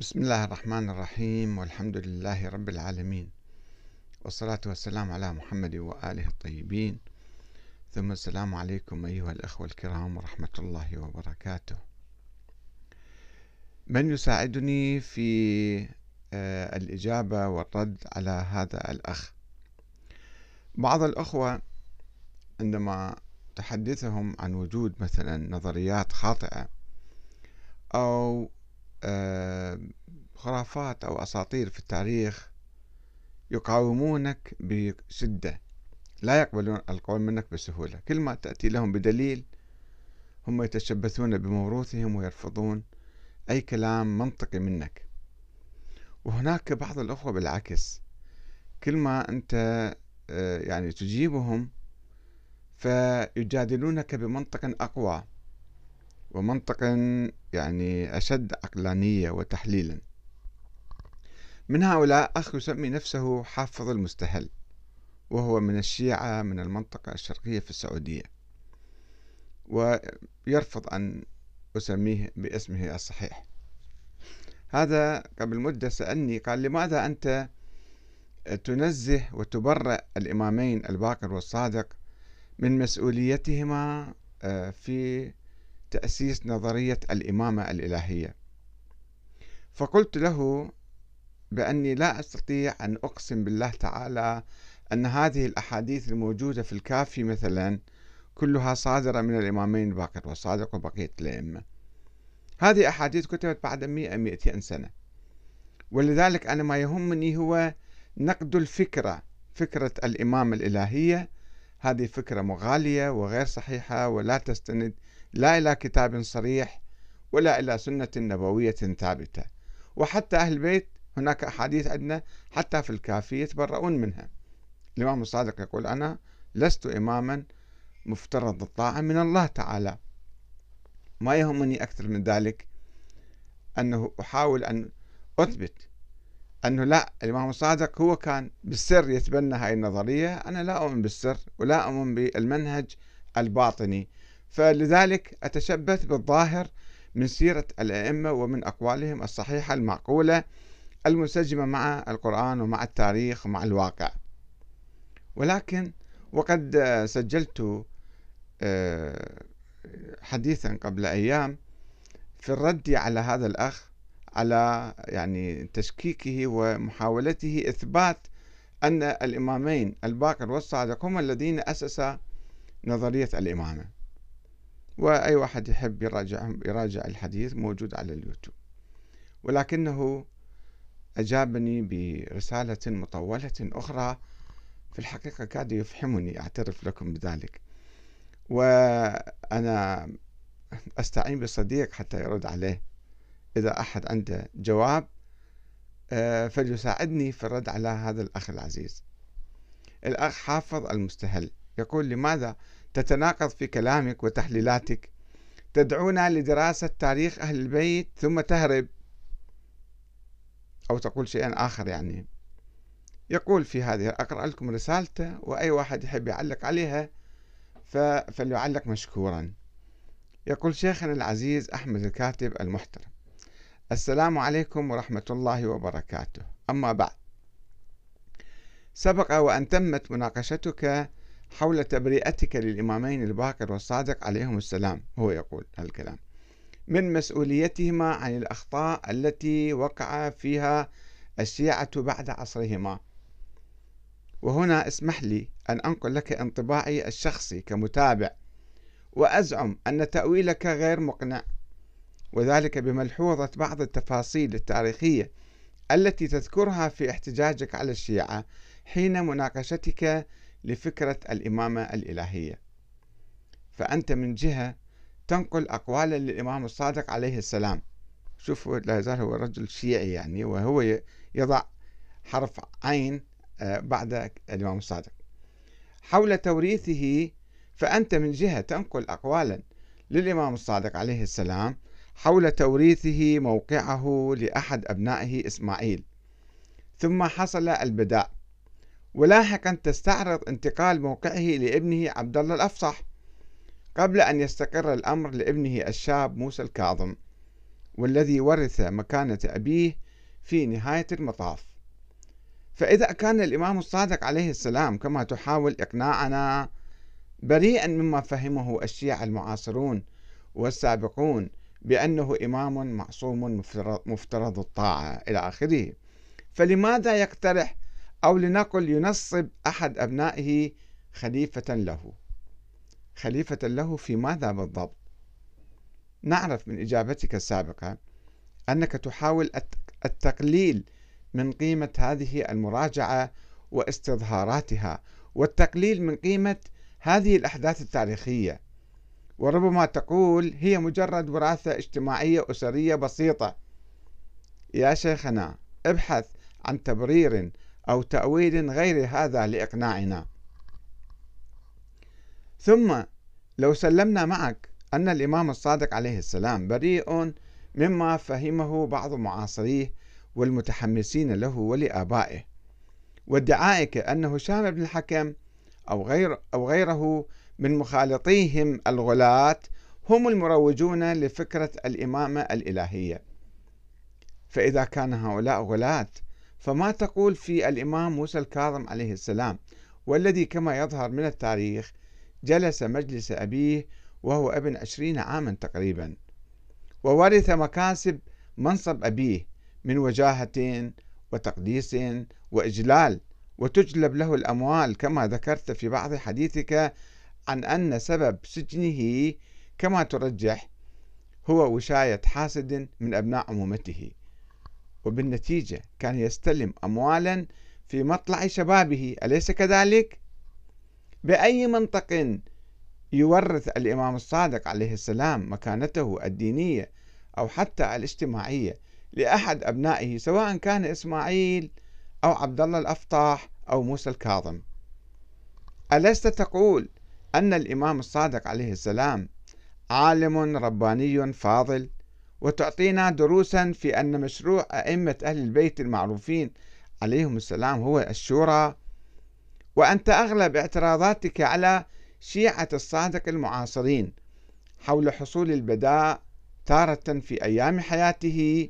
بسم الله الرحمن الرحيم، والحمد لله رب العالمين، والصلاة والسلام على محمد وآله الطيبين، ثم السلام عليكم أيها الأخوة الكرام ورحمة الله وبركاته. من يساعدني في الإجابة والرد على هذا الأخ؟ بعض الأخوة عندما تحدثهم عن وجود مثلا نظريات خاطئة أو خرافات أو أساطير في التاريخ يقاومونك بشدة، لا يقبلون القول منك بسهولة. كل ما تأتي لهم بدليل هم يتشبثون بموروثهم ويرفضون أي كلام منطقي منك. وهناك بعض الأخوة بالعكس، كل ما أنت يعني تجيبهم فيجادلونك بمنطق أقوى ومنطق يعني أشد عقلانية وتحليلا. من هؤلاء أخ يسمي نفسه حافظ المستهل، وهو من الشيعة من المنطقة الشرقية في السعودية، ويرفض أن أسميه باسمه الصحيح. هذا قبل مدة سألني، قال: لماذا أنت تنزه وتبرأ الإمامين الباقر والصادق من مسؤوليتهما في تأسيس نظرية الإمامة الإلهية؟ فقلت له بأني لا أستطيع أن أقسم بالله تعالى أن هذه الأحاديث الموجودة في الكافي مثلا كلها صادرة من الإمامين الباقر والصادق وبقية الأئمة. هذه أحاديث كتبت بعد 100-200 سنة، ولذلك أنا ما يهمني هو نقد الفكرة، فكرة الإمامة الإلهية. هذه فكرة مغالية وغير صحيحة، ولا تستند لا إلى كتاب صريح ولا إلى سنة نبوية ثابتة. وحتى أهل البيت هناك أحاديث عندنا حتى في الكافي يتبرؤون منها. الإمام الصادق يقول: أنا لست إماما مفترض الطاعة من الله تعالى. ما يهمني أكثر من ذلك أنه أحاول أن أثبت أنه لا، الإمام الصادق هو كان بالسر يتبنى هاي النظرية. أنا لا أؤمن بالسر ولا أؤمن بالمنهج الباطني، فلذلك أتشبث بالظاهر من سيرة الأئمة ومن أقوالهم الصحيحة المعقولة المنسجمة مع القرآن ومع التاريخ ومع الواقع. ولكن وقد سجلت حديثا قبل أيام في الرد على هذا الأخ، على يعني تشكيكه ومحاولته إثبات أن الإمامين الباقر والصادق هم الذين أسسا نظرية الإمامة. وأي واحد يحب يراجع الحديث، موجود على اليوتيوب. ولكنه أجابني برسالة مطولة أخرى في الحقيقة كاد يفحمني، أعترف لكم بذلك، وأنا أستعين بصديق حتى يرد عليه. إذا أحد عنده جواب فليساعدني في الرد على هذا الأخ العزيز. الأخ حافظ المستهل يقول: لماذا تتناقض في كلامك وتحليلاتك؟ تدعونا لدراسة تاريخ أهل البيت ثم تهرب أو تقول شيئا آخر. يعني يقول في هذه، أقرأ لكم رسالته، وأي واحد يحب يعلق عليها فليعلق مشكورا. يقول: شيخنا العزيز أحمد الكاتب المحترم، السلام عليكم ورحمة الله وبركاته. أما بعد، سبق وأن تمت مناقشتك حول تبرئتك للإمامين الباقر والصادق عليهم السلام، هو يقول هالكلام، من مسؤوليتهما عن الأخطاء التي وقع فيها الشيعة بعد عصرهما. وهنا اسمح لي أن أنقل لك انطباعي الشخصي كمتابع، وأزعم أن تأويلك غير مقنع، وذلك بملحوظة بعض التفاصيل التاريخية التي تذكرها في احتجاجك على الشيعة حين مناقشتك لفكرة الإمامة الإلهية. فأنت من جهة تنقل أقوالا للإمام الصادق عليه السلام، شوفوا لا يزال هو رجل شيعي يعني، وهو يضع حرف عين بعد الإمام الصادق حول توريثه. فأنت من جهة تنقل أقوالا للإمام الصادق عليه السلام حول توريثه موقعه لأحد أبنائه إسماعيل، ثم حصل البداء، ولاحقا تستعرض انتقال موقعه لابنه عبد الله الأفصح قبل أن يستقر الأمر لابنه الشاب موسى الكاظم. والذي ورث مكانة أبيه في نهاية المطاف. فإذا كان الإمام الصادق عليه السلام كما تحاول إقناعنا بريئا مما فهمه الشيعة المعاصرون والسابقون بأنه إمام معصوم مفترض الطاعة إلى آخره، فلماذا يقترح أو لنقل ينصب أحد أبنائه خليفة له؟ خليفة له في ماذا بالضبط؟ نعرف من إجابتك السابقة أنك تحاول التقليل من قيمة هذه المراجعة واستظهاراتها، والتقليل من قيمة هذه الأحداث التاريخية، وربما تقول هي مجرد وراثة اجتماعية أسرية بسيطة. يا شيخنا، ابحث عن تبرير أو تأويل غير هذا لإقناعنا. ثم لو سلمنا معك أن الإمام الصادق عليه السلام بريء مما فهمه بعض معاصريه والمتحمسين له ولآبائه، وادعائك أن هشام بن الحكم أو غيره من مخالطيهم الغلاة هم المروجون لفكرة الإمامة الإلهية، فإذا كان هؤلاء غلاة فما تقول في الإمام موسى الكاظم عليه السلام، والذي كما يظهر من التاريخ جلس مجلس أبيه وهو ابن 20 عاما تقريبا، وورث مكاسب منصب أبيه من وجاهة وتقديس وإجلال، وتجلب له الأموال كما ذكرت في بعض حديثك عن أن سبب سجنه كما ترجح هو وشاية حاسد من أبناء عمومته، وبالنتيجة كان يستلم أموالا في مطلع شبابه، أليس كذلك؟ بأي منطق يورث الإمام الصادق عليه السلام مكانته الدينية أو حتى الاجتماعية لأحد أبنائه، سواء كان إسماعيل أو عبد الله الأفطاح أو موسى الكاظم؟ ألست تقول أن الإمام الصادق عليه السلام عالم رباني فاضل، وتعطينا دروسا في أن مشروع أئمة أهل البيت المعروفين عليهم السلام هو الشورى، وأنت أغلب اعتراضاتك على شيعة الصادق المعاصرين حول حصول البداء تارة في أيام حياته،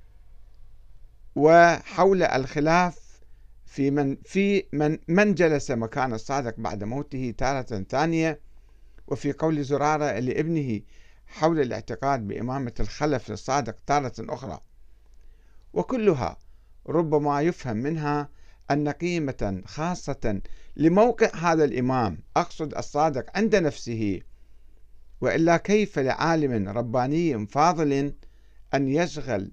وحول الخلاف في من جلس مكان الصادق بعد موته تارة ثانية، وفي قول زرارة لابنه حول الاعتقاد بإمامة الخلف للصادق تارة أخرى، وكلها ربما يفهم منها أن قيمة خاصة لموقع هذا الإمام، أقصد الصادق، عند نفسه، وإلا كيف لعالم رباني فاضل أن يشغل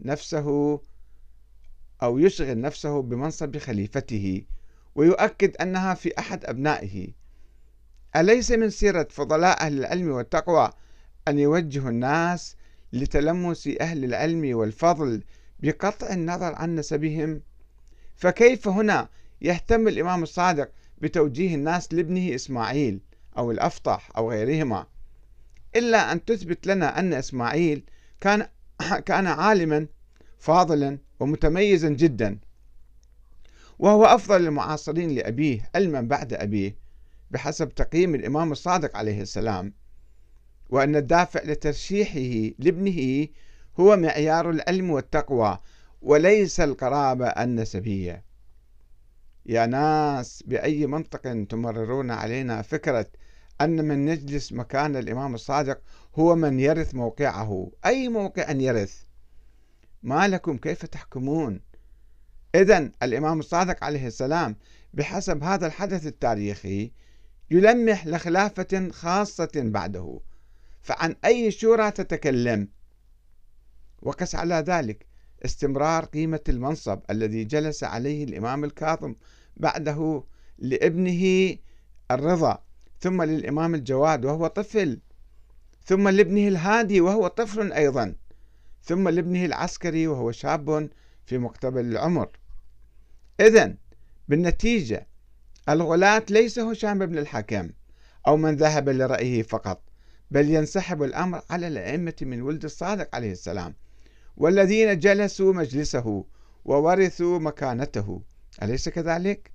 نفسه بمنصب خليفته ويؤكد أنها في أحد أبنائه؟ أليس من سيرة فضلاء أهل العلم والتقوى أن يوجه الناس لتلمس أهل العلم والفضل بقطع النظر عن نسبهم؟ فكيف هنا يهتم الإمام الصادق بتوجيه الناس لابنه إسماعيل أو الأفطح أو غيرهما، إلا أن تثبت لنا أن إسماعيل كان عالما فاضلا ومتميزا جدا، وهو أفضل المعاصرين لأبيه علما بعد أبيه بحسب تقييم الإمام الصادق عليه السلام، وأن الدافع لترشيحه لابنه هو معيار العلم والتقوى وليس القرابة النسبية. يا ناس، بأي منطق تمررون علينا فكرة أن من يجلس مكان الإمام الصادق هو من يرث موقعه؟ أي موقع يرث؟ ما لكم كيف تحكمون؟ إذن الإمام الصادق عليه السلام بحسب هذا الحدث التاريخي يلمح لخلافة خاصة بعده، فعن أي شورى تتكلم؟ وقس على ذلك استمرار قيمة المنصب الذي جلس عليه الإمام الكاظم بعده لابنه الرضا، ثم للإمام الجواد وهو طفل، ثم لابنه الهادي وهو طفل أيضا، ثم لابنه العسكري وهو شاب في مقتبل العمر. إذن بالنتيجة الغلاة ليس هشام بن الحكم أو من ذهب لرأيه فقط، بل ينسحب الأمر على الأئمة من ولد الصادق عليه السلام، والذين جلسوا مجلسه وورثوا مكانته، أليس كذلك؟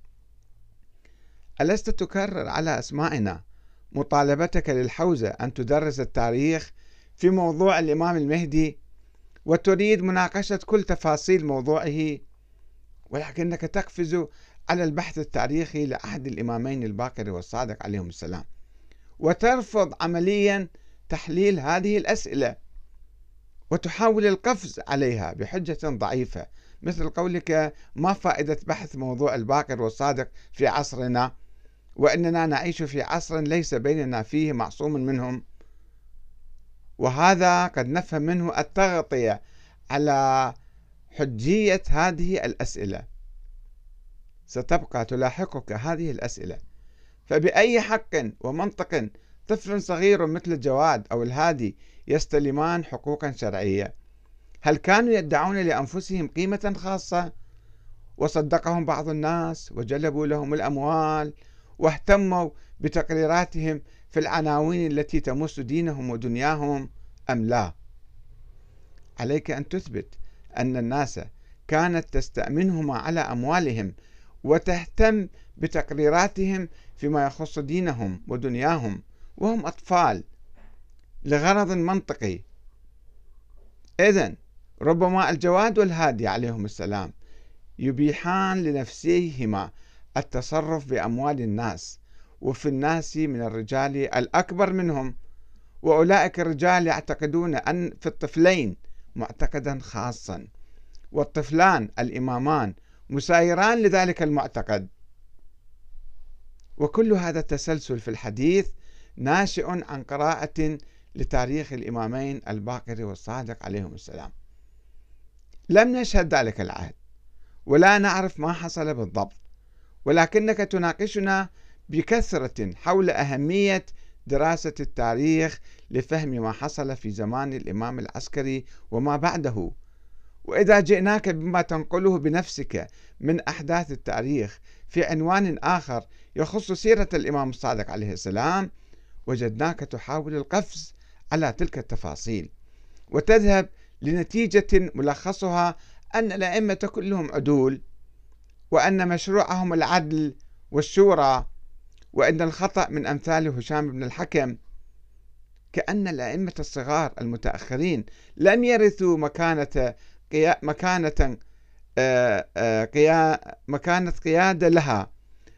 ألست تكرر على أسماعنا مطالبتك للحوزة أن تدرس التاريخ في موضوع الإمام المهدي وتريد مناقشة كل تفاصيل موضوعه، ولكنك تقفز على البحث التاريخي لأحد الإمامين الباقر والصادق عليهم السلام، وترفض عمليا تحليل هذه الأسئلة، وتحاول القفز عليها بحجة ضعيفة، مثل قولك: ما فائدة بحث موضوع الباقر والصادق في عصرنا، وإننا نعيش في عصر ليس بيننا فيه معصوم منهم. وهذا قد نفهم منه التغطية على حجية هذه الأسئلة. ستبقى تلاحقك هذه الأسئلة، فبأي حق ومنطق طفل صغير مثل الجواد أو الهادي يستلمان حقوقا شرعية؟ هل كانوا يدعون لأنفسهم قيمة خاصة وصدقهم بعض الناس وجلبوا لهم الأموال واهتموا بتقريراتهم في العناوين التي تمس دينهم ودنياهم، أم لا؟ عليك أن تثبت أن الناس كانت تستأمنهم على أموالهم وتهتم بتقريراتهم فيما يخص دينهم ودنياهم وهم أطفال لغرض منطقي. إذن ربما الجواد والهادي عليهم السلام يبيحان لنفسيهما التصرف بأموال الناس، وفي الناس من الرجال الأكبر منهم، وأولئك الرجال يعتقدون أن في الطفلين معتقدا خاصا، والطفلان الإمامان مسايران لذلك المعتقد. وكل هذا التسلسل في الحديث ناشئ عن قراءة لتاريخ الإمامين الباقر والصادق عليهم السلام. لم نشهد ذلك العهد ولا نعرف ما حصل بالضبط، ولكنك تناقشنا بكثرة حول أهمية دراسة التاريخ لفهم ما حصل في زمان الإمام العسكري وما بعده. وإذا جئناك بما تنقله بنفسك من أحداث التاريخ في عنوان آخر يخص سيرة الإمام الصادق عليه السلام، وجدناك تحاول القفز على تلك التفاصيل وتذهب لنتيجة ملخصها أن الأئمة كلهم عدول، وأن مشروعهم العدل والشورى، وأن الخطأ من أمثال هشام بن الحكم، كأن الأئمة الصغار المتأخرين لم يرثوا مكانة قيادة لها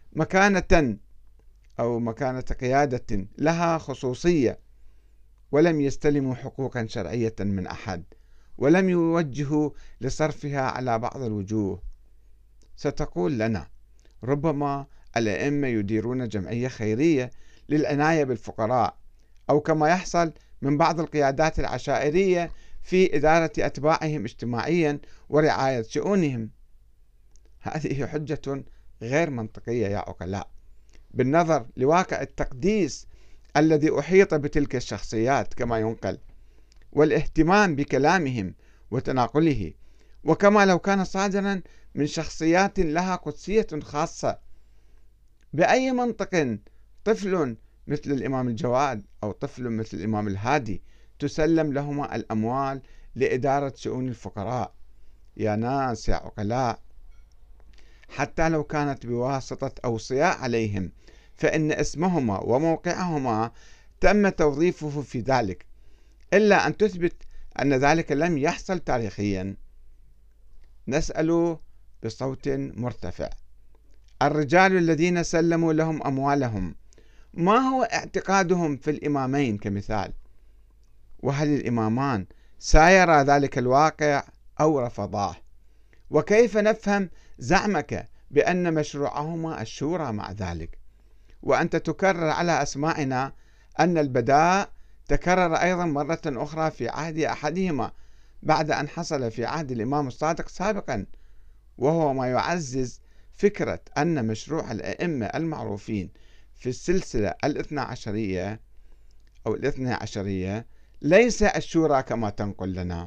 مكانة قيادة لها خصوصية، ولم يستلموا حقوقا شرعية من أحد، ولم يوجهوا لصرفها على بعض الوجوه. ستقول لنا: ربما الأئمة يديرون جمعية خيرية للعناية بالفقراء، أو كما يحصل من بعض القيادات العشائرية في إدارة أتباعهم اجتماعيا ورعاية شؤونهم. هذه حجة غير منطقية يا عقلاء، بالنظر لواقع التقديس الذي أحيط بتلك الشخصيات كما ينقل، والاهتمام بكلامهم وتناقله، وكما لو كان صادرا من شخصيات لها قدسية خاصة. بأي منطق طفل مثل الإمام الجواد أو طفل مثل الإمام الهادي تسلم لهما الأموال لإدارة شؤون الفقراء؟ يا ناس يا عقلاء، حتى لو كانت بواسطة أوصياء عليهم، فإن اسمهما وموقعهما تم توظيفه في ذلك، إلا أن تثبت أن ذلك لم يحصل تاريخيا. نسأل بصوت مرتفع: الرجال الذين سلموا لهم أموالهم ما هو اعتقادهم في الإمامين كمثال؟ وهل الإمامان سايرا ذلك الواقع أو رفضاه؟ وكيف نفهم زعمك بأن مشروعهما الشورى مع ذلك، وأنت تكرر على أسماعنا أن البداء تكرر أيضا مرة أخرى في عهد أحدهما بعد أن حصل في عهد الإمام الصادق سابقا، وهو ما يعزز فكرة أن مشروع الأئمة المعروفين في السلسلة الاثنى عشرية ليس الشورى كما تنقل لنا.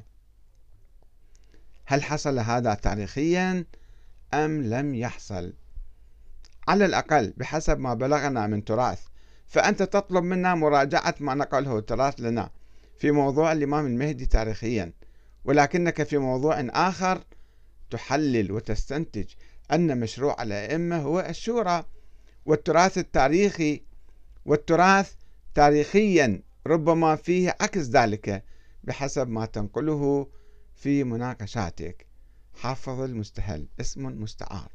هل حصل هذا تاريخيا أم لم يحصل؟ على الأقل بحسب ما بلغنا من تراث، فأنت تطلب منا مراجعة ما نقله التراث لنا في موضوع الإمام المهدي تاريخيا، ولكنك في موضوع آخر تحلل وتستنتج أن مشروع الأئمة هو الشورى. والتراث تاريخيا ربما فيه عكس ذلك بحسب ما تنقله في مناقشاتك. حافظ المستهل اسم مستعار.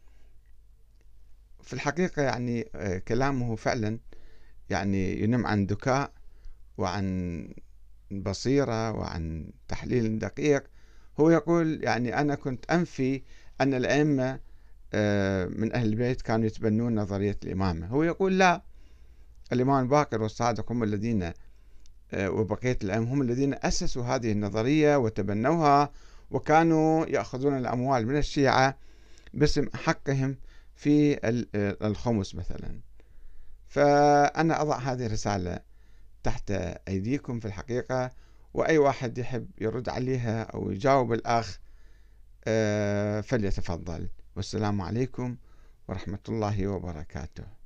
في الحقيقة يعني كلامه فعلا يعني ينم عن ذكاء وعن بصيرة وعن تحليل دقيق. هو يقول يعني أنا كنت أنفي أن الأئمة من أهل البيت كانوا يتبنون نظرية الإمامة. هو يقول لا، الإمام الباقر والصادق هم الذين وبقية الأئمة هم الذين أسسوا هذه النظرية وتبنوها، وكانوا يأخذون الأموال من الشيعة باسم حقهم في الخمس مثلا. فأنا أضع هذه الرسالة تحت أيديكم في الحقيقة، وأي واحد يحب يرد عليها أو يجاوب الأخ فليتفضل. والسلام عليكم ورحمة الله وبركاته.